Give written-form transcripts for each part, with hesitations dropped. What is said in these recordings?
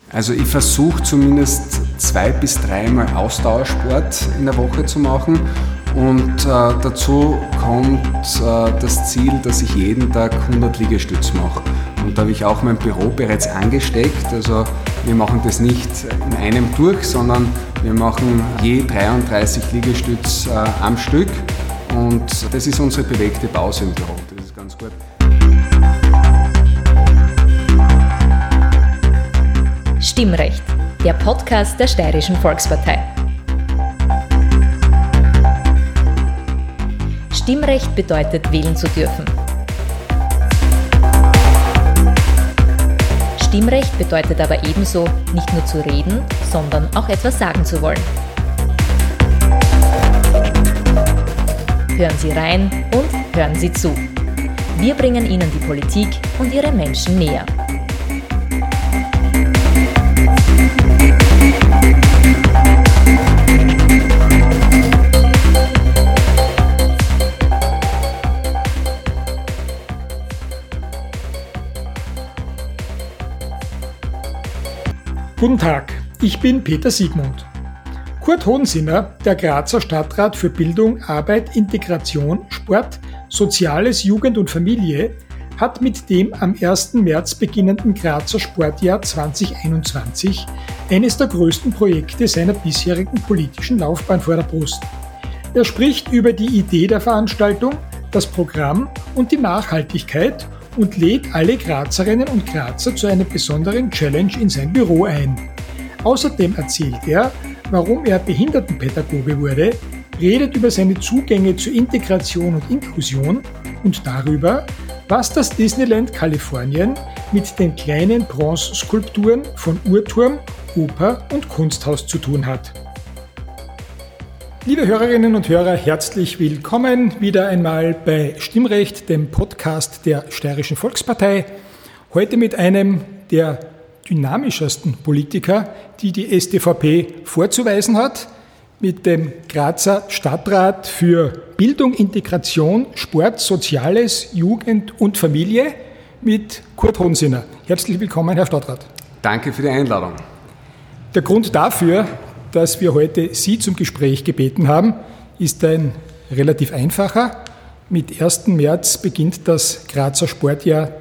Also ich versuche zumindest 2 bis 3 Mal Ausdauersport in der Woche zu machen und dazu kommt das Ziel, dass ich jeden Tag 100 Liegestütze mache. Und da habe ich auch mein Büro bereits angesteckt. Also wir machen das nicht in einem durch, sondern wir machen je 33 Liegestütze am Stück. Und das ist unsere bewegte Pause im Büro. Das ist ganz gut. Stimmrecht, der Podcast der Steirischen Volkspartei. Stimmrecht bedeutet, wählen zu dürfen. Stimmrecht bedeutet aber ebenso, nicht nur zu reden, sondern auch etwas sagen zu wollen. Hören Sie rein und hören Sie zu. Wir bringen Ihnen die Politik und ihre Menschen näher. Guten Tag, ich bin Peter Siegmund. Kurt Hohensinner, der Grazer Stadtrat für Bildung, Arbeit, Integration, Sport, Soziales, Jugend und Familie, hat mit dem am 1. März beginnenden Grazer Sportjahr 2021 eines der größten Projekte seiner bisherigen politischen Laufbahn vor der Brust. Er spricht über die Idee der Veranstaltung, das Programm und die Nachhaltigkeit und lädt alle Grazerinnen und Grazer zu einer besonderen Challenge in sein Büro ein. Außerdem erzählt er, warum er Behindertenpädagoge wurde, redet über seine Zugänge zur Integration und Inklusion und darüber, was das Disneyland Kalifornien mit den kleinen Bronzeskulpturen von Uhrturm, Oper und Kunsthaus zu tun hat. Liebe Hörerinnen und Hörer, herzlich willkommen wieder einmal bei Stimmrecht, dem Podcast der Steirischen Volkspartei. Heute mit einem der dynamischsten Politiker, die die StVP vorzuweisen hat, mit dem Grazer Stadtrat für Bildung, Integration, Sport, Soziales, Jugend und Familie, mit Kurt Hohensinner. Herzlich willkommen, Herr Stadtrat. Danke für die Einladung. Der Grund dafür, dass wir heute Sie zum Gespräch gebeten haben, ist ein relativ einfacher. Mit 1. März beginnt das Grazer Sportjahr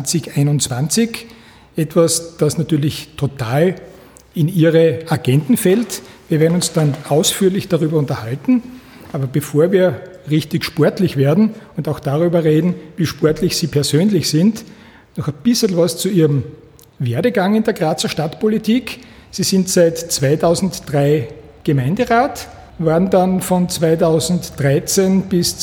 2021. Etwas, das natürlich total in Ihre Agenden fällt. Wir werden uns dann ausführlich darüber unterhalten. Aber bevor wir richtig sportlich werden und auch darüber reden, wie sportlich Sie persönlich sind, noch ein bisschen was zu Ihrem Werdegang in der Grazer Stadtpolitik. Sie sind seit 2003 Gemeinderat, waren dann von 2013 bis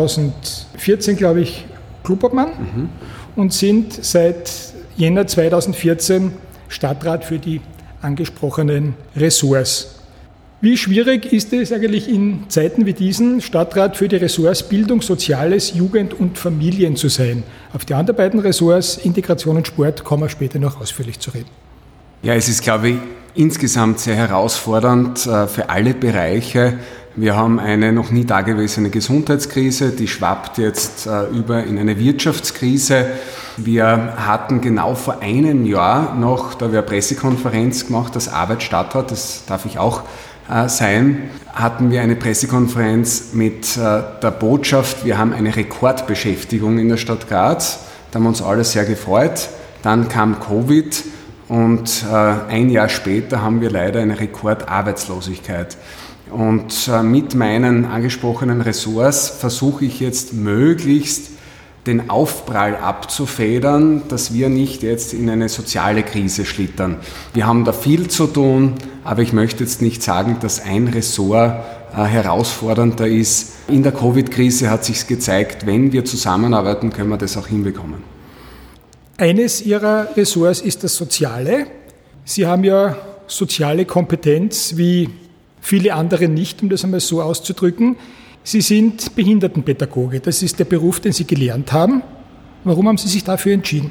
2014, glaube ich, Clubobmann und sind seit Jänner 2014 Stadtrat für die angesprochenen Ressorts. Wie schwierig ist es eigentlich in Zeiten wie diesen, Stadtrat für die Ressorts Bildung, Soziales, Jugend und Familien zu sein? Auf die anderen beiden Ressorts, Integration und Sport, kommen wir später noch ausführlich zu reden. Ja, es ist, glaube ich, insgesamt sehr herausfordernd für alle Bereiche. Wir haben eine noch nie dagewesene Gesundheitskrise, die schwappt jetzt über in eine Wirtschaftskrise. Wir hatten genau vor einem Jahr noch, da wir eine Pressekonferenz gemacht, das Arbeitsstadtrat, das darf ich auch sein, hatten wir eine Pressekonferenz mit der Botschaft, wir haben eine Rekordbeschäftigung in der Stadt Graz. Da haben wir uns alle sehr gefreut. Dann kam Covid. Und ein Jahr später haben wir leider eine Rekordarbeitslosigkeit. Und mit meinen angesprochenen Ressorts versuche ich jetzt möglichst den Aufprall abzufedern, dass wir nicht jetzt in eine soziale Krise schlittern. Wir haben da viel zu tun, aber ich möchte jetzt nicht sagen, dass ein Ressort herausfordernder ist. In der Covid-Krise hat sich gezeigt, wenn wir zusammenarbeiten, können wir das auch hinbekommen. Eines Ihrer Ressorts ist das Soziale. Sie haben ja soziale Kompetenz wie viele andere nicht, um das einmal so auszudrücken. Sie sind Behindertenpädagoge. Das ist der Beruf, den Sie gelernt haben. Warum haben Sie sich dafür entschieden?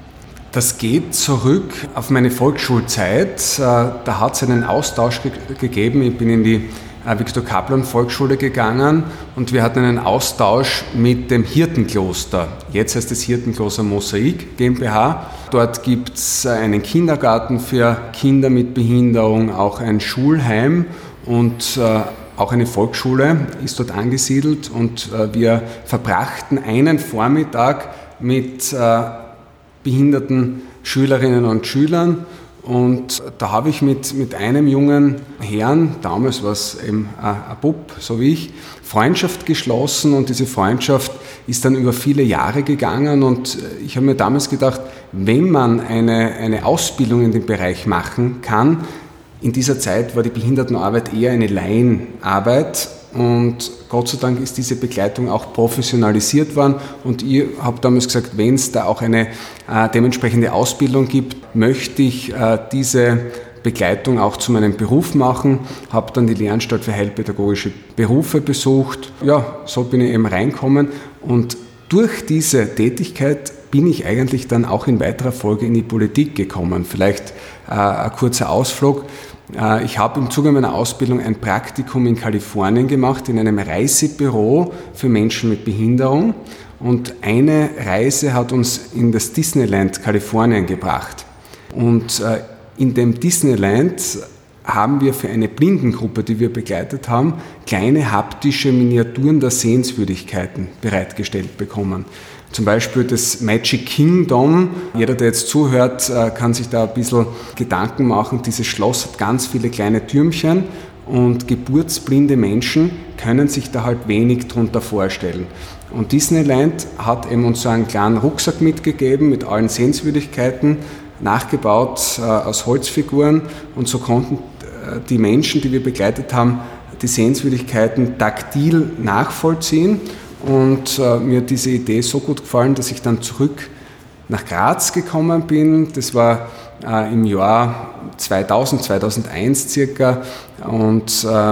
Das geht zurück auf meine Volksschulzeit. Da hat es einen Austausch gegeben. Ich bin in die Viktor-Kaplan-Volksschule gegangen und wir hatten einen Austausch mit dem Hirtenkloster. Jetzt heißt es Hirtenkloster Mosaik GmbH. Dort gibt es einen Kindergarten für Kinder mit Behinderung, auch ein Schulheim und auch eine Volksschule ist dort angesiedelt und wir verbrachten einen Vormittag mit behinderten Schülerinnen und Schülern. Und da habe ich mit einem jungen Herrn, damals war es eben ein Bub, so wie ich, Freundschaft geschlossen und diese Freundschaft ist dann über viele Jahre gegangen und ich habe mir damals gedacht, wenn man eine Ausbildung in dem Bereich machen kann, in dieser Zeit war die Behindertenarbeit eher eine Laienarbeit und Gott sei Dank ist diese Begleitung auch professionalisiert worden und ich habe damals gesagt, wenn es da auch eine dementsprechende Ausbildung gibt, möchte ich diese Begleitung auch zu meinem Beruf machen, habe dann die Lehranstalt für heilpädagogische Berufe besucht. Ja, so bin ich eben reingekommen und durch diese Tätigkeit bin ich eigentlich dann auch in weiterer Folge in die Politik gekommen. Vielleicht ein kurzer Ausflug. Ich habe im Zuge meiner Ausbildung ein Praktikum in Kalifornien gemacht, in einem Reisebüro für Menschen mit Behinderung. Und eine Reise hat uns in das Disneyland Kalifornien gebracht. Und in dem Disneyland haben wir für eine Blindengruppe, die wir begleitet haben, kleine haptische Miniaturen der Sehenswürdigkeiten bereitgestellt bekommen. Zum Beispiel das Magic Kingdom. Jeder, der jetzt zuhört, kann sich da ein bisschen Gedanken machen. Dieses Schloss hat ganz viele kleine Türmchen und geburtsblinde Menschen können sich da halt wenig drunter vorstellen. Und Disneyland hat eben uns so einen kleinen Rucksack mitgegeben mit allen Sehenswürdigkeiten, nachgebaut aus Holzfiguren und so konnten die Menschen, die wir begleitet haben, die Sehenswürdigkeiten taktil nachvollziehen. Und mir hat diese Idee so gut gefallen, dass ich dann zurück nach Graz gekommen bin. Das war im Jahr 2000, 2001 circa. Und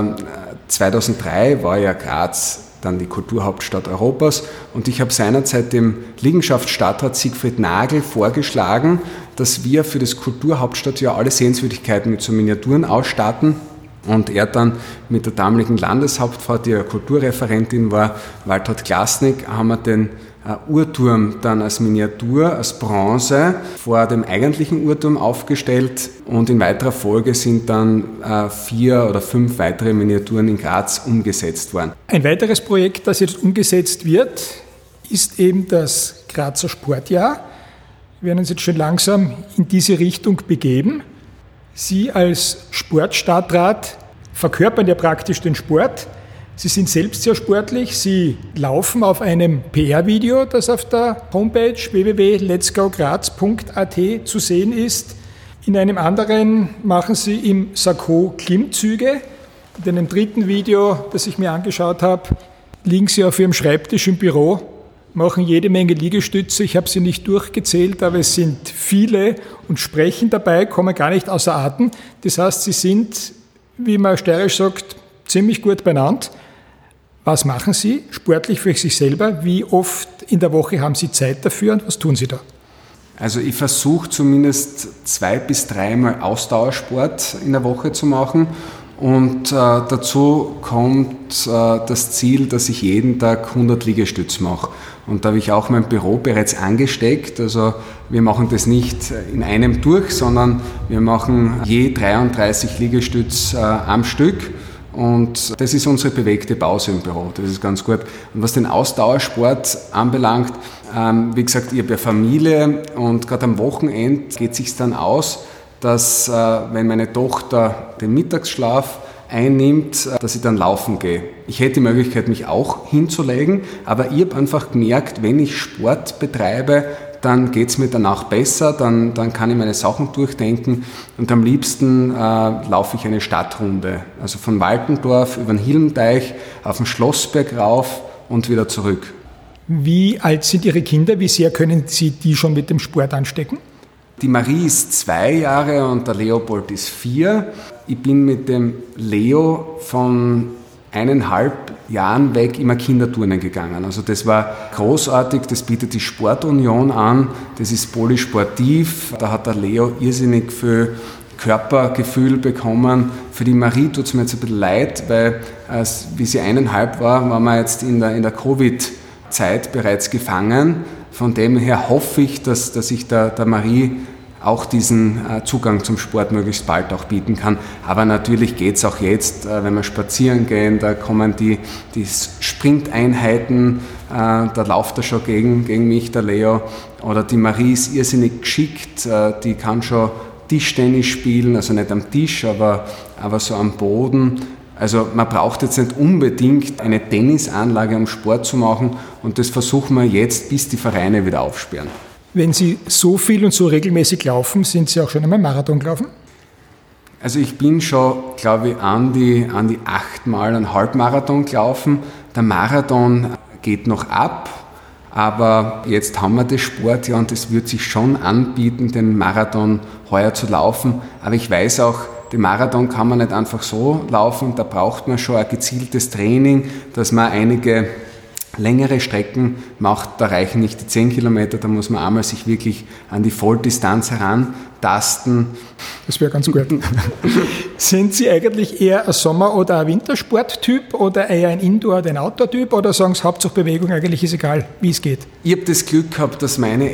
2003 war ja Graz dann die Kulturhauptstadt Europas. Und ich habe seinerzeit dem Liegenschaftsstadtrat Siegfried Nagel vorgeschlagen, dass wir für das Kulturhauptstadtjahr alle Sehenswürdigkeiten mit so Miniaturen ausstatten. Und er dann mit der damaligen Landeshauptfrau, die ja Kulturreferentin war, Waltraud Glasnick, haben wir den Uhrturm dann als Miniatur, als Bronze vor dem eigentlichen Uhrturm aufgestellt und in weiterer Folge sind dann 4 oder 5 weitere Miniaturen in Graz umgesetzt worden. Ein weiteres Projekt, das jetzt umgesetzt wird, ist eben das Grazer Sportjahr. Wir werden uns jetzt schon langsam in diese Richtung begeben. Sie als Sportstadtrat verkörpern ja praktisch den Sport. Sie sind selbst sehr sportlich. Sie laufen auf einem PR-Video, das auf der Homepage www.letsgograz.at zu sehen ist. In einem anderen machen Sie im Sakko Klimmzüge. In einem dritten Video, das ich mir angeschaut habe, liegen Sie auf Ihrem Schreibtisch im Büro, machen jede Menge Liegestütze. Ich habe sie nicht durchgezählt, aber es sind viele und sprechen dabei, kommen gar nicht außer Atem. Das heißt, Sie sind, wie man steirisch sagt, ziemlich gut beieinander. Was machen Sie sportlich für sich selber? Wie oft in der Woche haben Sie Zeit dafür und was tun Sie da? Also ich versuche zumindest 2 bis 3 Mal Ausdauersport in der Woche zu machen. Und dazu kommt das Ziel, dass ich jeden Tag 100 Liegestütze mache. Und da habe ich auch mein Büro bereits angesteckt. Also wir machen das nicht in einem durch, sondern wir machen je 33 Liegestütze am Stück. Und das ist unsere bewegte Pause im Büro. Das ist ganz gut. Und was den Ausdauersport anbelangt, wie gesagt, ich habe ja Familie und gerade am Wochenende geht es sich dann aus, dass wenn meine Tochter den Mittagsschlaf einnimmt, dass ich dann laufen gehe. Ich hätte die Möglichkeit, mich auch hinzulegen, aber ich habe einfach gemerkt, wenn ich Sport betreibe, dann geht es mir danach besser, dann kann ich meine Sachen durchdenken und am liebsten laufe ich eine Stadtrunde. Also von Waltendorf über den Hilmteich auf den Schlossberg rauf und wieder zurück. Wie alt sind Ihre Kinder? Wie sehr können Sie die schon mit dem Sport anstecken? Die Marie ist 2 Jahre und der Leopold ist 4. Ich bin mit dem Leo von 1,5 Jahren weg immer Kinderturnen gegangen. Also das war großartig, das bietet die Sportunion an, das ist polysportiv, da hat der Leo irrsinnig viel Körpergefühl bekommen, Für die Marie tut es mir jetzt ein bisschen leid, weil wie sie 1,5 war, waren wir jetzt in der Covid-Zeit bereits gefangen. Von dem her hoffe ich, dass ich der Marie auch diesen Zugang zum Sport möglichst bald auch bieten kann. Aber natürlich geht es auch jetzt, wenn wir spazieren gehen, da kommen die Sprinteinheiten, da läuft er schon gegen mich, der Leo. Oder die Marie ist irrsinnig geschickt, die kann schon Tischtennis spielen, also nicht am Tisch, aber so am Boden. Also man braucht jetzt nicht unbedingt eine Tennisanlage, um Sport zu machen, und das versuchen wir jetzt, bis die Vereine wieder aufsperren. Wenn Sie so viel und so regelmäßig laufen, sind Sie auch schon einmal Marathon gelaufen? Also ich bin schon, glaube ich, an die 8 Mal einen Halbmarathon gelaufen. Der Marathon geht noch ab, aber jetzt haben wir das Sportjahr und es wird sich schon anbieten, den Marathon heuer zu laufen. Aber ich weiß auch, den Marathon kann man nicht einfach so laufen, da braucht man schon ein gezieltes Training, dass man einige längere Strecken macht, da reichen nicht die 10 Kilometer, da muss man einmal sich wirklich an die Volldistanz herantasten. Das wäre ganz gut. Sind Sie eigentlich eher ein Sommer- oder ein Wintersporttyp oder eher ein Indoor- oder ein Outdoor-Typ, oder sagen Sie, Hauptsache Bewegung, eigentlich ist egal, wie es geht? Ich habe das Glück gehabt, dass meine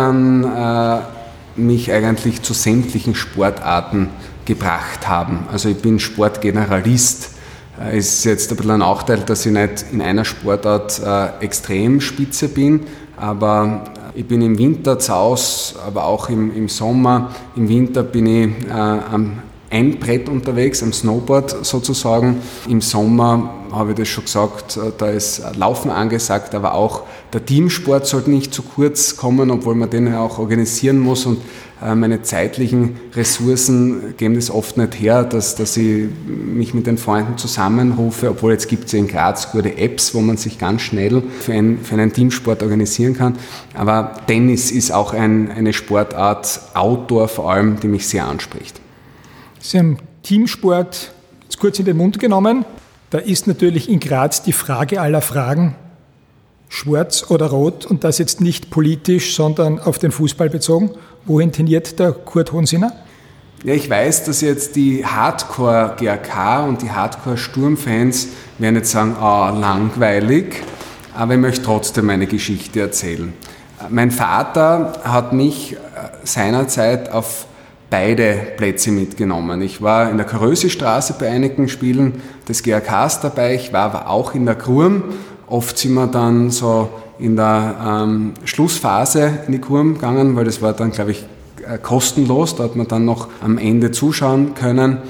Eltern mich eigentlich zu sämtlichen Sportarten gebracht haben. Also ich bin Sportgeneralist. Es ist jetzt ein bisschen ein Nachteil, dass ich nicht in einer Sportart extrem spitze bin, aber ich bin im Winter zu Hause, aber auch im Sommer. Im Winter bin ich am Einbrett unterwegs, am Snowboard sozusagen. Im Sommer habe ich das schon gesagt, da ist Laufen angesagt, aber auch der Teamsport sollte nicht zu kurz kommen, obwohl man den ja auch organisieren muss, und meine zeitlichen Ressourcen geben das oft nicht her, dass ich mich mit den Freunden zusammenrufe, obwohl jetzt gibt es ja in Graz gute Apps, wo man sich ganz schnell für einen Teamsport organisieren kann. Aber Tennis ist auch eine Sportart, Outdoor vor allem, die mich sehr anspricht. Sie haben Teamsport jetzt kurz in den Mund genommen. Da ist natürlich in Graz die Frage aller Fragen, schwarz oder rot, und das jetzt nicht politisch, sondern auf den Fußball bezogen. Wohin tendiert der Kurt Hohensinner? Ja, ich weiß, dass jetzt die Hardcore-GAK und die Hardcore-Sturm-Fans werden jetzt sagen, langweilig, aber ich möchte trotzdem meine Geschichte erzählen. Mein Vater hat mich seinerzeit auf beide Plätze mitgenommen. Ich war in der Karösi-Straße bei einigen Spielen des GAKs dabei, ich war aber auch in der Kurm. Oft sind wir dann so in der Schlussphase in die Kurm gegangen, weil das war dann, glaube ich, kostenlos. Da hat man dann noch am Ende zuschauen können.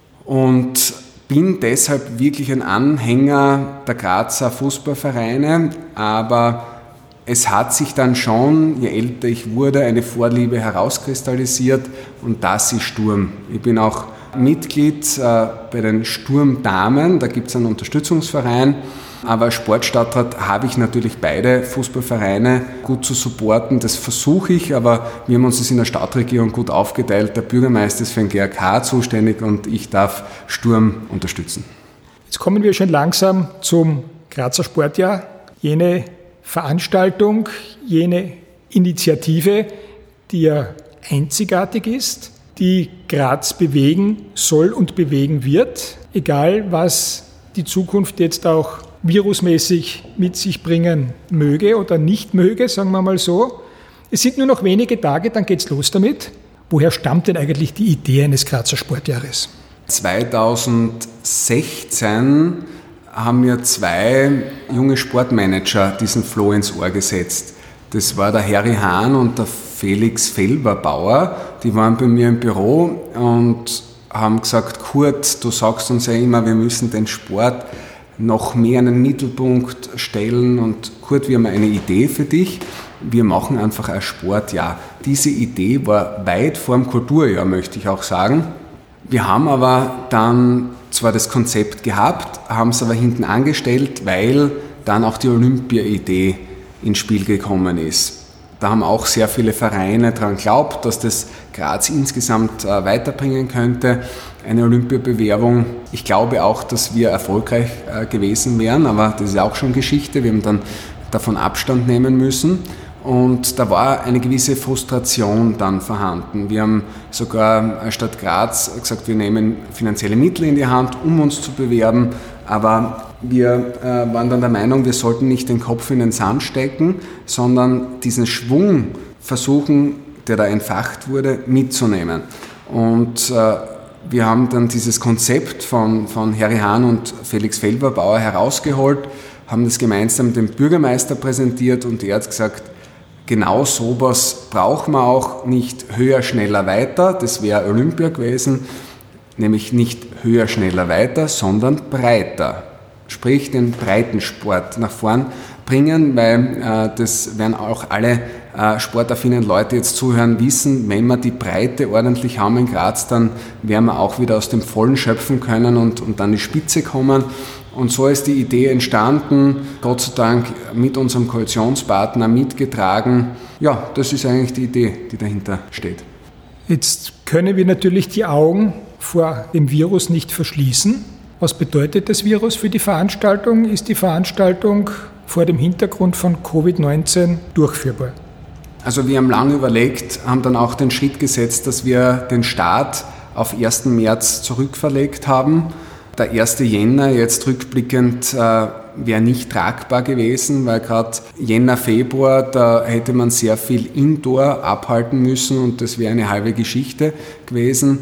Und bin deshalb wirklich ein Anhänger der Grazer Fußballvereine. Aber es hat sich dann schon, je älter ich wurde, eine Vorliebe herauskristallisiert, und das ist Sturm. Ich bin auch Mitglied bei den Sturmdamen, da gibt es einen Unterstützungsverein. Aber als Sportstadtrat habe ich natürlich beide Fußballvereine gut zu supporten. Das versuche ich, aber wir haben uns das in der Stadtregierung gut aufgeteilt. Der Bürgermeister ist für den GAK zuständig und ich darf Sturm unterstützen. Jetzt kommen wir schon langsam zum Grazer Sportjahr. Jene Veranstaltung, jene Initiative, die ja einzigartig ist, die Graz bewegen soll und bewegen wird, egal was die Zukunft jetzt auch virusmäßig mit sich bringen möge oder nicht möge, sagen wir mal so. Es sind nur noch wenige Tage, dann geht's los damit. Woher stammt denn eigentlich die Idee eines Grazer Sportjahres? 2016 haben mir 2 junge Sportmanager diesen Floh ins Ohr gesetzt. Das war der Harry Hahn und der Felix Felberbauer. Die waren bei mir im Büro und haben gesagt, Kurt, du sagst uns ja immer, wir müssen den Sport noch mehr in den Mittelpunkt stellen, und Kurt, wir haben eine Idee für dich. Wir machen einfach ein Sportjahr. Diese Idee war weit vor dem Kulturjahr, möchte ich auch sagen. Wir haben aber dann zwar das Konzept gehabt, haben es aber hinten angestellt, weil dann auch die Olympia-Idee ins Spiel gekommen ist. Da haben auch sehr viele Vereine daran geglaubt, dass das Graz insgesamt weiterbringen könnte, eine Olympiabewerbung. Ich glaube auch, dass wir erfolgreich gewesen wären, aber das ist auch schon Geschichte. Wir haben dann davon Abstand nehmen müssen. Und da war eine gewisse Frustration dann vorhanden. Wir haben sogar als Stadt Graz gesagt, wir nehmen finanzielle Mittel in die Hand, um uns zu bewerben, aber wir waren dann der Meinung, wir sollten nicht den Kopf in den Sand stecken, sondern diesen Schwung versuchen, der da entfacht wurde, mitzunehmen. Und wir haben dann dieses Konzept von Harry Hahn und Felix Felberbauer herausgeholt, haben das gemeinsam dem Bürgermeister präsentiert und er hat gesagt, genau sowas brauchen wir auch, nicht höher, schneller, weiter, das wäre Olympia gewesen, nämlich nicht höher, schneller, weiter, sondern breiter. Sprich, den Breitensport nach vorn bringen, weil das werden auch alle sportaffinen Leute jetzt zuhören, wissen, wenn wir die Breite ordentlich haben in Graz, dann werden wir auch wieder aus dem Vollen schöpfen können und dann die Spitze kommen. Und so ist die Idee entstanden, Gott sei Dank mit unserem Koalitionspartner mitgetragen. Ja, das ist eigentlich die Idee, die dahinter steht. Jetzt können wir natürlich die Augen vor dem Virus nicht verschließen. Was bedeutet das Virus für die Veranstaltung? Ist die Veranstaltung vor dem Hintergrund von Covid-19 durchführbar? Also wir haben lange überlegt, haben dann auch den Schritt gesetzt, dass wir den Start auf 1. März zurückverlegt haben. Der 1. Jänner jetzt rückblickend wäre nicht tragbar gewesen, weil gerade Jänner, Februar, da hätte man sehr viel Indoor abhalten müssen und das wäre eine halbe Geschichte gewesen.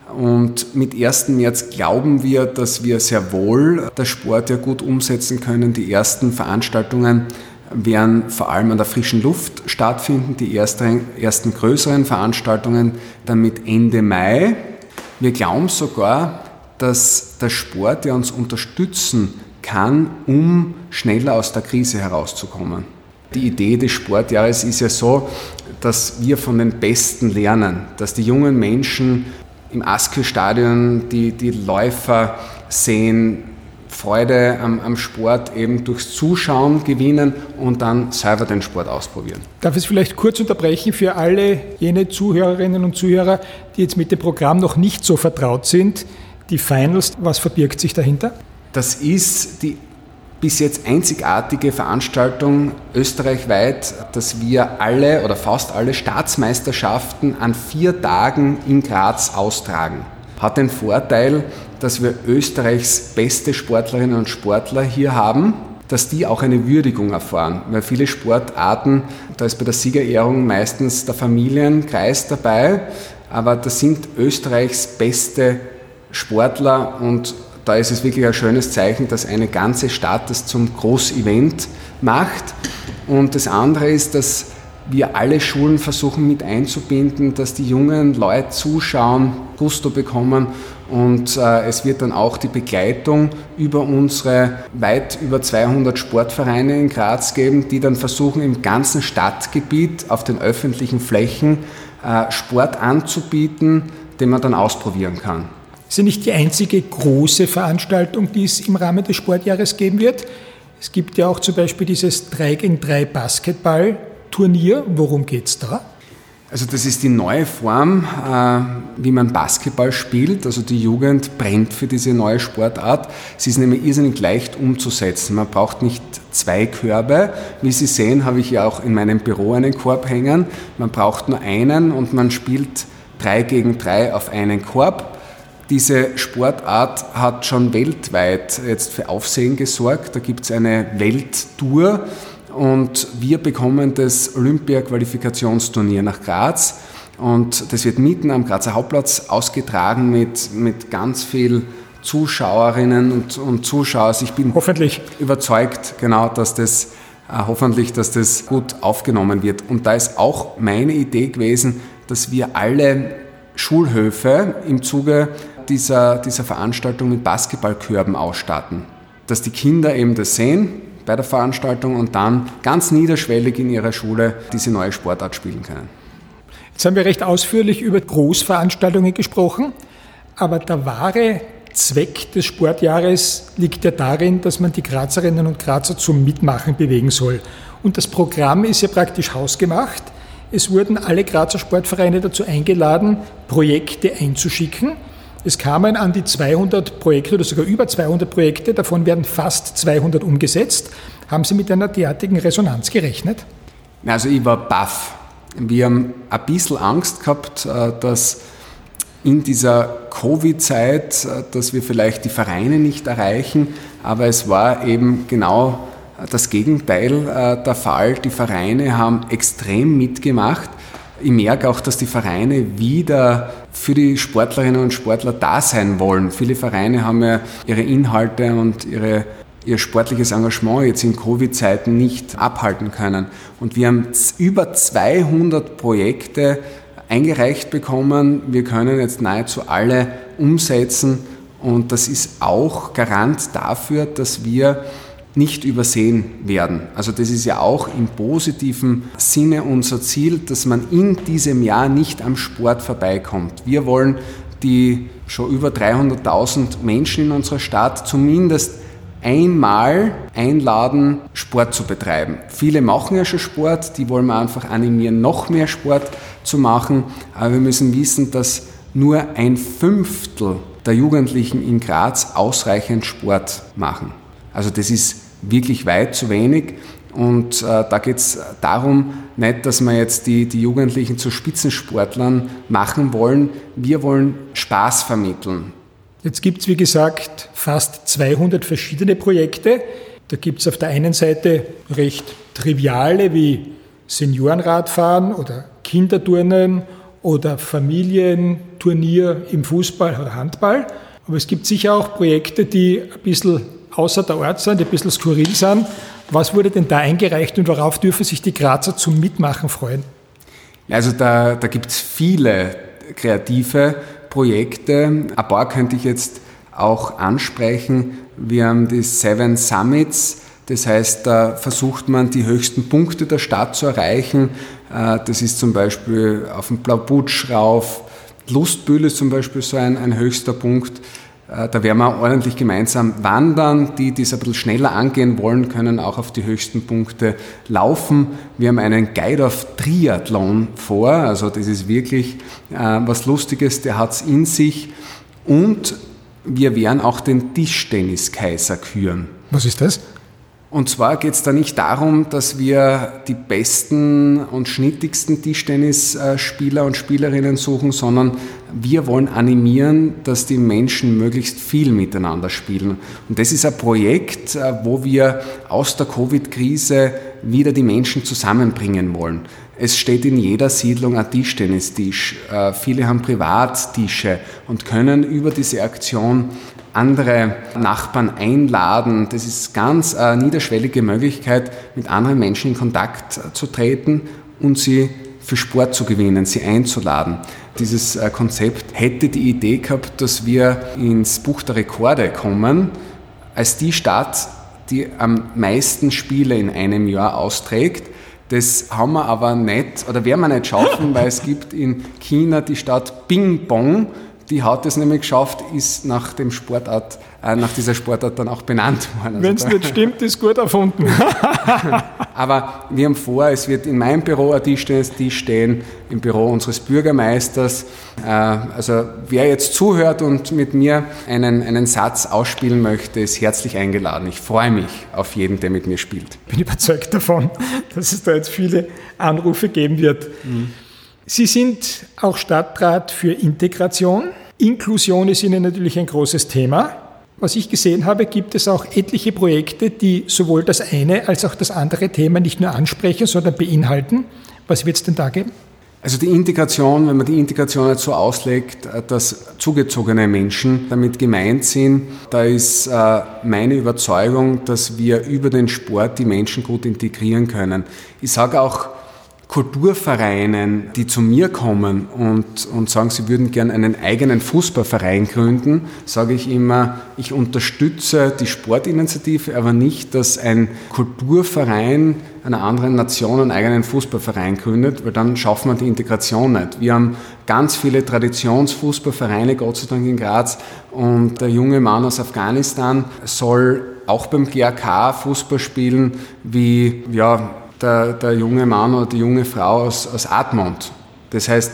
Und mit 1. März glauben wir, dass wir sehr wohl das Sport ja gut umsetzen können. Die ersten Veranstaltungen werden vor allem an der frischen Luft stattfinden, die ersten größeren Veranstaltungen dann mit Ende Mai. Wir glauben sogar, dass der Sport ja uns unterstützen kann, um schneller aus der Krise herauszukommen. Die Idee des Sportjahres ist ja so, dass wir von den Besten lernen, dass die jungen Menschen im Askö-Stadion die Läufer sehen, Freude am Sport eben durchs Zuschauen gewinnen und dann selber den Sport ausprobieren. Darf ich es vielleicht kurz unterbrechen für alle jene Zuhörerinnen und Zuhörer, die jetzt mit dem Programm noch nicht so vertraut sind? Die Finals, was verbirgt sich dahinter? Das ist die bis jetzt einzigartige Veranstaltung österreichweit, dass wir alle oder fast alle Staatsmeisterschaften an 4 Tagen in Graz austragen. Hat den Vorteil, dass wir Österreichs beste Sportlerinnen und Sportler hier haben, dass die auch eine Würdigung erfahren. Weil viele Sportarten, da ist bei der Siegerehrung meistens der Familienkreis dabei, aber das sind Österreichs beste Sportler und da ist es wirklich ein schönes Zeichen, dass eine ganze Stadt das zum Großevent macht. Und das andere ist, dass wir alle Schulen versuchen mit einzubinden, dass die jungen Leute zuschauen, Gusto bekommen und es wird dann auch die Begleitung über unsere weit über 200 Sportvereine in Graz geben, die dann versuchen im ganzen Stadtgebiet auf den öffentlichen Flächen Sport anzubieten, den man dann ausprobieren kann. Das ist ja nicht die einzige große Veranstaltung, die es im Rahmen des Sportjahres geben wird. Es gibt ja auch zum Beispiel dieses 3-gegen-3 Basketball-Turnier. Worum geht es da? Also das ist die neue Form, wie man Basketball spielt. Also die Jugend brennt für diese neue Sportart. Sie ist nämlich irrsinnig leicht umzusetzen. Man braucht nicht 2 Körbe. Wie Sie sehen, habe ich ja auch in meinem Büro einen Korb hängen. Man braucht nur einen und man spielt 3-gegen-3 auf einen Korb. Diese Sportart hat schon weltweit jetzt für Aufsehen gesorgt. Da gibt es eine Welttour und wir bekommen das Olympia-Qualifikationsturnier nach Graz und das wird mitten am Grazer Hauptplatz ausgetragen mit ganz viel Zuschauerinnen und Zuschauern. Also ich bin hoffentlich überzeugt, genau, dass das gut aufgenommen wird. Und da ist auch meine Idee gewesen, dass wir alle Schulhöfe im Zuge dieser Veranstaltung mit Basketballkörben ausstatten. Dass die Kinder eben das sehen bei der Veranstaltung und dann ganz niederschwellig in ihrer Schule diese neue Sportart spielen können. Jetzt haben wir recht ausführlich über Großveranstaltungen gesprochen, aber der wahre Zweck des Sportjahres liegt ja darin, dass man die Grazerinnen und Grazer zum Mitmachen bewegen soll. Und das Programm ist ja praktisch hausgemacht. Es wurden alle Grazer Sportvereine dazu eingeladen, Projekte einzuschicken. Es kamen an die 200 Projekte oder sogar über 200 Projekte, davon werden fast 200 umgesetzt. Haben Sie mit einer derartigen Resonanz gerechnet? Also ich war baff. Wir haben ein bisschen Angst gehabt, dass in dieser Covid-Zeit, dass wir vielleicht die Vereine nicht erreichen, aber es war eben genau das Gegenteil der Fall. Die Vereine haben extrem mitgemacht. Ich merke auch, dass die Vereine wieder für die Sportlerinnen und Sportler da sein wollen. Viele Vereine haben ja ihre Inhalte und ihr sportliches Engagement jetzt in Covid-Zeiten nicht abhalten können. Und wir haben über 200 Projekte eingereicht bekommen. Wir können jetzt nahezu alle umsetzen und das ist auch Garant dafür, dass wir nicht übersehen werden. Also das ist ja auch im positiven Sinne unser Ziel, dass man in diesem Jahr nicht am Sport vorbeikommt. Wir wollen die schon über 300.000 Menschen in unserer Stadt zumindest einmal einladen, Sport zu betreiben. Viele machen ja schon Sport, die wollen wir einfach animieren, noch mehr Sport zu machen. Aber wir müssen wissen, dass nur 1/5 der Jugendlichen in Graz ausreichend Sport machen. Also das ist wirklich weit zu wenig und da geht es darum, nicht, dass wir jetzt die Jugendlichen zu Spitzensportlern machen wollen. Wir wollen Spaß vermitteln. Jetzt gibt es, wie gesagt, fast 200 verschiedene Projekte. Da gibt es auf der einen Seite recht triviale wie Seniorenradfahren oder Kinderturnen oder Familienturnier im Fußball oder Handball. Aber es gibt sicher auch Projekte, die ein bisschen außer der Art sind, die ein bisschen skurril sind. Was wurde denn da eingereicht und worauf dürfen sich die Grazer zum Mitmachen freuen? Also da gibt es viele kreative Projekte. Ein paar könnte ich jetzt auch ansprechen. Wir haben die 7 Summits. Das heißt, da versucht man, die höchsten Punkte der Stadt zu erreichen. Das ist zum Beispiel auf dem Blaubutsch rauf. Lustbühl ist zum Beispiel so ein höchster Punkt. Da werden wir ordentlich gemeinsam wandern. Die es ein bisschen schneller angehen wollen, können auch auf die höchsten Punkte laufen. Wir haben einen Guide of Triathlon vor. Also das ist wirklich was Lustiges, der hat es in sich. Und wir werden auch den Tischtennis-Kaiser küren. Was ist das? Und zwar geht es da nicht darum, dass wir die besten und schnittigsten Tischtennisspieler und Spielerinnen suchen, sondern wir wollen animieren, dass die Menschen möglichst viel miteinander spielen. Und das ist ein Projekt, wo wir aus der Covid-Krise wieder die Menschen zusammenbringen wollen. Es steht in jeder Siedlung ein Tischtennistisch. Viele haben Privattische und können über diese Aktion andere Nachbarn einladen. Das ist ganz eine niederschwellige Möglichkeit, mit anderen Menschen in Kontakt zu treten und sie für Sport zu gewinnen, sie einzuladen. Dieses Konzept hätte die Idee gehabt, dass wir ins Buch der Rekorde kommen, als die Stadt, die am meisten Spiele in einem Jahr austrägt. Das haben wir aber nicht, oder werden wir nicht schaffen, weil es gibt in China die Stadt Bing Bong. Die hat es nämlich geschafft, ist nach dieser Sportart dann auch benannt worden. Wenn es nicht stimmt, ist gut erfunden. Aber wir haben vor, es wird in meinem Büro ein Tischtennistisch stehen, im Büro unseres Bürgermeisters. Also wer jetzt zuhört und mit mir einen Satz ausspielen möchte, ist herzlich eingeladen. Ich freue mich auf jeden, der mit mir spielt. Ich bin überzeugt davon, dass es da jetzt viele Anrufe geben wird. Sie sind auch Stadtrat für Integration. Inklusion ist Ihnen natürlich ein großes Thema. Was ich gesehen habe, gibt es auch etliche Projekte, die sowohl das eine als auch das andere Thema nicht nur ansprechen, sondern beinhalten. Was wird es denn da geben? Also die Integration, wenn man die Integration jetzt so auslegt, dass zugezogene Menschen damit gemeint sind, da ist meine Überzeugung, dass wir über den Sport die Menschen gut integrieren können. Ich sage auch Kulturvereinen, die zu mir kommen und sagen, sie würden gern einen eigenen Fußballverein gründen, sage ich immer, ich unterstütze die Sportinitiative, aber nicht, dass ein Kulturverein einer anderen Nation einen eigenen Fußballverein gründet, weil dann schaffen wir die Integration nicht. Wir haben ganz viele Traditionsfußballvereine, Gott sei Dank in Graz, und der junge Mann aus Afghanistan soll auch beim GAK Fußball spielen, wie der junge Mann oder die junge Frau aus Admont. Das heißt,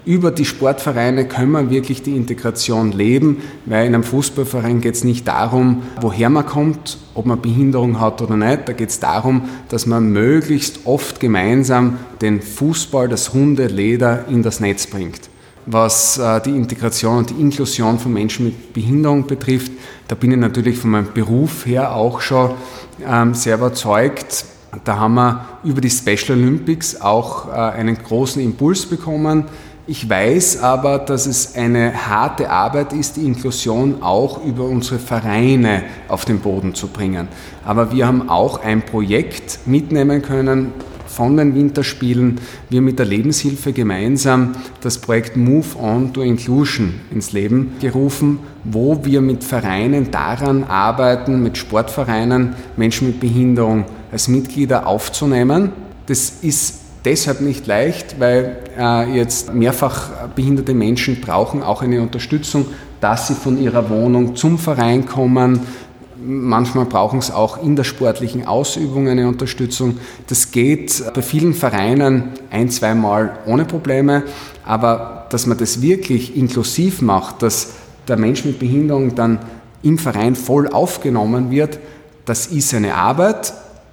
Über die Sportvereine können wir wirklich die Integration leben, weil in einem Fußballverein geht es nicht darum, woher man kommt, ob man Behinderung hat oder nicht. Da geht es darum, dass man möglichst oft gemeinsam den Fußball, das Hundeleder in das Netz bringt. Was die Integration und die Inklusion von Menschen mit Behinderung betrifft, da bin ich natürlich von meinem Beruf her auch schon sehr überzeugt. Da haben wir über die Special Olympics auch einen großen Impuls bekommen. Ich weiß aber, dass es eine harte Arbeit ist, die Inklusion auch über unsere Vereine auf den Boden zu bringen. Aber wir haben auch ein Projekt mitnehmen können von den Winterspielen. Wir mit der Lebenshilfe gemeinsam das Projekt Move On to Inclusion ins Leben gerufen, wo wir mit Vereinen daran arbeiten, mit Sportvereinen Menschen mit Behinderung als Mitglieder aufzunehmen. Das ist deshalb nicht leicht, weil jetzt mehrfach behinderte Menschen brauchen auch eine Unterstützung, dass sie von ihrer Wohnung zum Verein kommen. Manchmal brauchen sie auch in der sportlichen Ausübung eine Unterstützung. Das geht bei vielen Vereinen 1-2 Mal ohne Probleme, aber dass man das wirklich inklusiv macht, dass der Mensch mit Behinderung dann im Verein voll aufgenommen wird, das ist eine Arbeit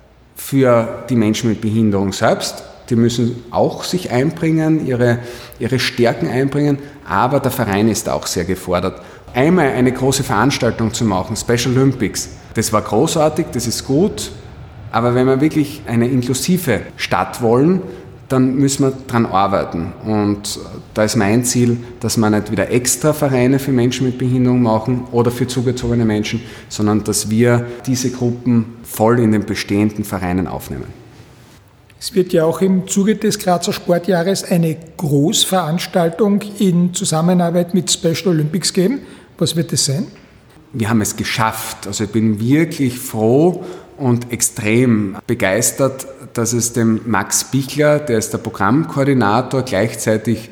für die Menschen mit Behinderung selbst. Die müssen auch sich einbringen, ihre Stärken einbringen, aber der Verein ist auch sehr gefordert. Einmal eine große Veranstaltung zu machen, Special Olympics, das war großartig, das ist gut, aber wenn wir wirklich eine inklusive Stadt wollen, dann müssen wir daran arbeiten. Und da ist mein Ziel, dass wir nicht wieder extra Vereine für Menschen mit Behinderung machen oder für zugezogene Menschen, sondern dass wir diese Gruppen voll in den bestehenden Vereinen aufnehmen. Es wird ja auch im Zuge des Grazer Sportjahres eine Großveranstaltung in Zusammenarbeit mit Special Olympics geben. Was wird das sein? Wir haben es geschafft. Also ich bin wirklich froh und extrem begeistert, dass es dem Max Bichler, der ist der Programmkoordinator, gleichzeitig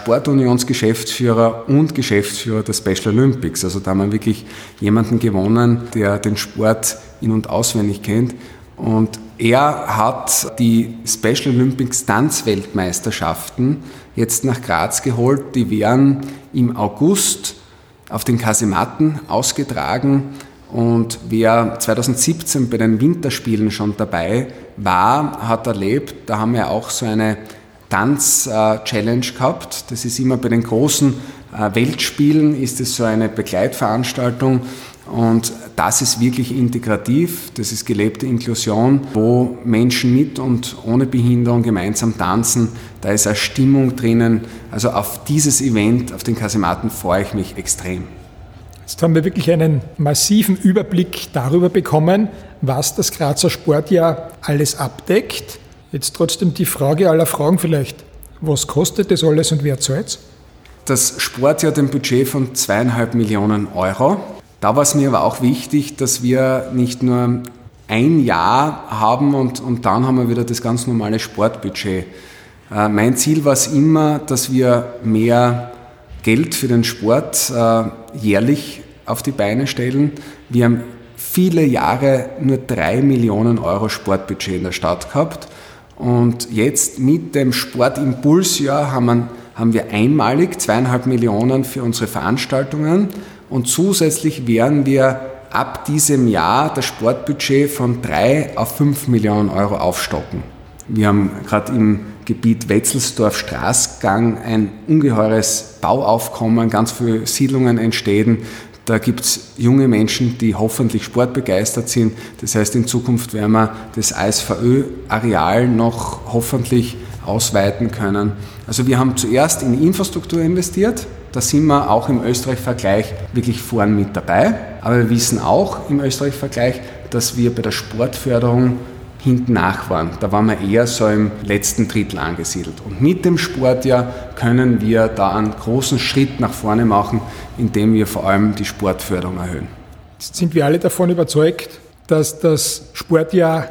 Sportunionsgeschäftsführer und Geschäftsführer der Special Olympics. Also da haben wir wirklich jemanden gewonnen, der den Sport in- und auswendig kennt. Und er hat die Special Olympics Tanzweltmeisterschaften jetzt nach Graz geholt. Die werden im August auf den Kasematten ausgetragen. Und wer 2017 bei den Winterspielen schon dabei war, hat erlebt, da haben wir auch so eine Tanz-Challenge gehabt. Das ist immer bei den großen Weltspielen, ist es so eine Begleitveranstaltung. Und das ist wirklich integrativ, das ist gelebte Inklusion, wo Menschen mit und ohne Behinderung gemeinsam tanzen. Da ist eine Stimmung drinnen. Also auf dieses Event, auf den Kasematten, freue ich mich extrem. Jetzt haben wir wirklich einen massiven Überblick darüber bekommen, was das Grazer Sportjahr alles abdeckt. Jetzt trotzdem die Frage aller Fragen vielleicht. Was kostet das alles und wer zahlt es? Das Sportjahr hat ein Budget von 2,5 Millionen Euro. Da war es mir aber auch wichtig, dass wir nicht nur ein Jahr haben und dann haben wir wieder das ganz normale Sportbudget. Mein Ziel war es immer, dass wir mehr Geld für den Sport jährlich auf die Beine stellen. Wir haben viele Jahre nur 3 Millionen Euro Sportbudget in der Stadt gehabt und jetzt mit dem Sportimpulsjahr haben wir einmalig 2,5 Millionen für unsere Veranstaltungen. Und zusätzlich werden wir ab diesem Jahr das Sportbudget von 3 auf 5 Millionen Euro aufstocken. Wir haben gerade im Gebiet Wetzelsdorf-Straßgang ein ungeheures Bauaufkommen, ganz viele Siedlungen entstehen. Da gibt es junge Menschen, die hoffentlich sportbegeistert sind. Das heißt, in Zukunft werden wir das ASVÖ-Areal noch hoffentlich ausweiten können. Also wir haben zuerst in die Infrastruktur investiert. Da sind wir auch im Österreich-Vergleich wirklich vorn mit dabei. Aber wir wissen auch im Österreich-Vergleich, dass wir bei der Sportförderung hinten nach waren. Da waren wir eher so im letzten Drittel angesiedelt. Und mit dem Sportjahr können wir da einen großen Schritt nach vorne machen, indem wir vor allem die Sportförderung erhöhen. Jetzt sind wir alle davon überzeugt, dass das Sportjahr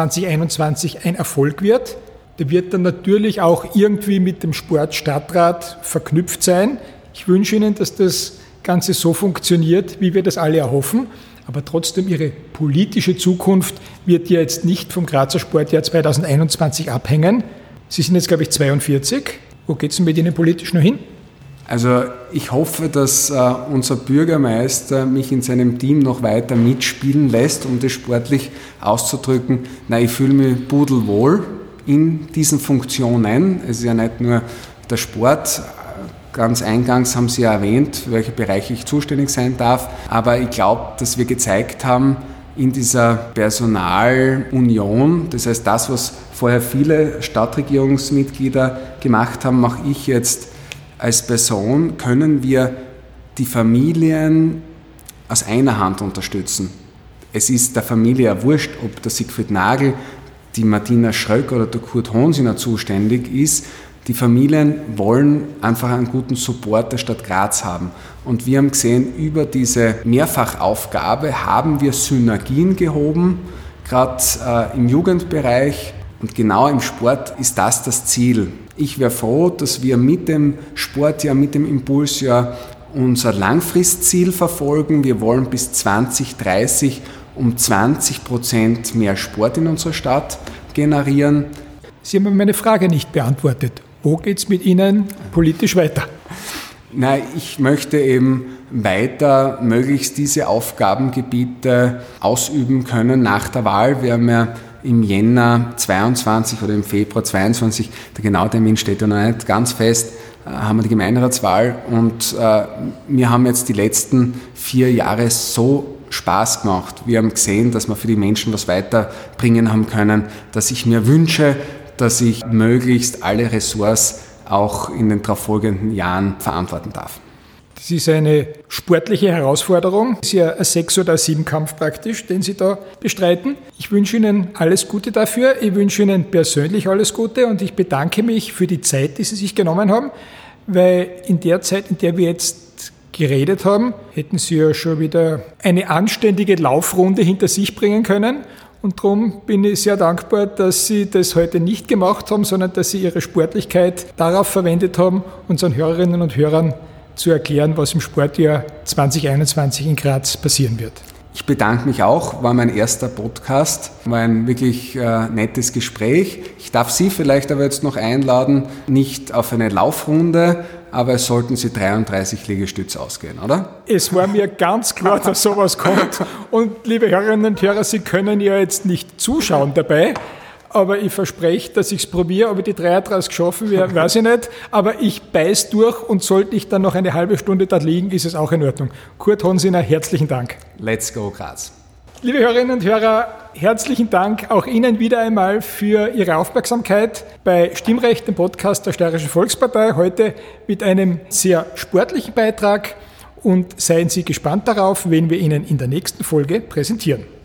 2021 ein Erfolg wird. Der wird dann natürlich auch irgendwie mit dem Sportstadtrat verknüpft sein. Ich wünsche Ihnen, dass das Ganze so funktioniert, wie wir das alle erhoffen. Aber trotzdem, Ihre politische Zukunft wird ja jetzt nicht vom Grazer Sportjahr 2021 abhängen. Sie sind jetzt, glaube ich, 42. Wo geht es mit Ihnen politisch noch hin? Also ich hoffe, dass unser Bürgermeister mich in seinem Team noch weiter mitspielen lässt, um das sportlich auszudrücken. Ich fühle mich pudelwohl in diesen Funktionen. Es ist ja nicht nur der Sport. Ganz eingangs haben Sie ja erwähnt, für welche Bereiche ich zuständig sein darf. Aber ich glaube, dass wir gezeigt haben, in dieser Personalunion, das heißt das, was vorher viele Stadtregierungsmitglieder gemacht haben, mache ich jetzt als Person, können wir die Familien aus einer Hand unterstützen. Es ist der Familie ja wurscht, ob der Siegfried Nagel, die Martina Schröck oder der Kurt Honsinger zuständig ist. Die Familien wollen einfach einen guten Support der Stadt Graz haben. Und wir haben gesehen, über diese Mehrfachaufgabe haben wir Synergien gehoben, gerade im Jugendbereich. Und genau im Sport ist das Ziel. Ich wäre froh, dass wir mit dem Sportjahr, mit dem Impulsjahr unser Langfristziel verfolgen. Wir wollen bis 2030 um 20% mehr Sport in unserer Stadt generieren. Sie haben meine Frage nicht beantwortet. Wo geht es mit Ihnen politisch weiter? Nein, ich möchte eben weiter möglichst diese Aufgabengebiete ausüben können nach der Wahl. Wir haben ja im Jänner 22 oder im Februar 22, der genaue Termin steht ja noch nicht ganz fest, haben wir die Gemeinderatswahl und wir haben jetzt die letzten 4 Jahre so Spaß gemacht. Wir haben gesehen, dass wir für die Menschen was weiterbringen haben können, dass ich mir wünsche, dass ich möglichst alle Ressorts auch in den darauffolgenden Jahren verantworten darf. Das ist eine sportliche Herausforderung. Das ist ja ein 6- oder 7-Kampf praktisch, den Sie da bestreiten. Ich wünsche Ihnen alles Gute dafür. Ich wünsche Ihnen persönlich alles Gute und ich bedanke mich für die Zeit, die Sie sich genommen haben, weil in der Zeit, in der wir jetzt geredet haben, hätten Sie ja schon wieder eine anständige Laufrunde hinter sich bringen können. Und darum bin ich sehr dankbar, dass Sie das heute nicht gemacht haben, sondern dass Sie Ihre Sportlichkeit darauf verwendet haben, unseren Hörerinnen und Hörern zu erklären, was im Sportjahr 2021 in Graz passieren wird. Ich bedanke mich auch, war mein erster Podcast, war ein wirklich nettes Gespräch. Ich darf Sie vielleicht aber jetzt noch einladen, nicht auf eine Laufrunde, aber es sollten Sie 33 Liegestütze ausgehen, oder? Es war mir ganz klar, dass sowas kommt. Und liebe Hörerinnen und Hörer, Sie können ja jetzt nicht zuschauen dabei, aber ich verspreche, dass ich es probiere. Ob ich die 33 schaffen werde, weiß ich nicht. Aber ich beiß durch und sollte ich dann noch eine halbe Stunde da liegen, ist es auch in Ordnung. Kurt Honsinger, herzlichen Dank. Let's go Graz. Liebe Hörerinnen und Hörer, herzlichen Dank auch Ihnen wieder einmal für Ihre Aufmerksamkeit bei Stimmrecht, dem Podcast der Steirischen Volkspartei. Heute mit einem sehr sportlichen Beitrag und seien Sie gespannt darauf, wen wir Ihnen in der nächsten Folge präsentieren.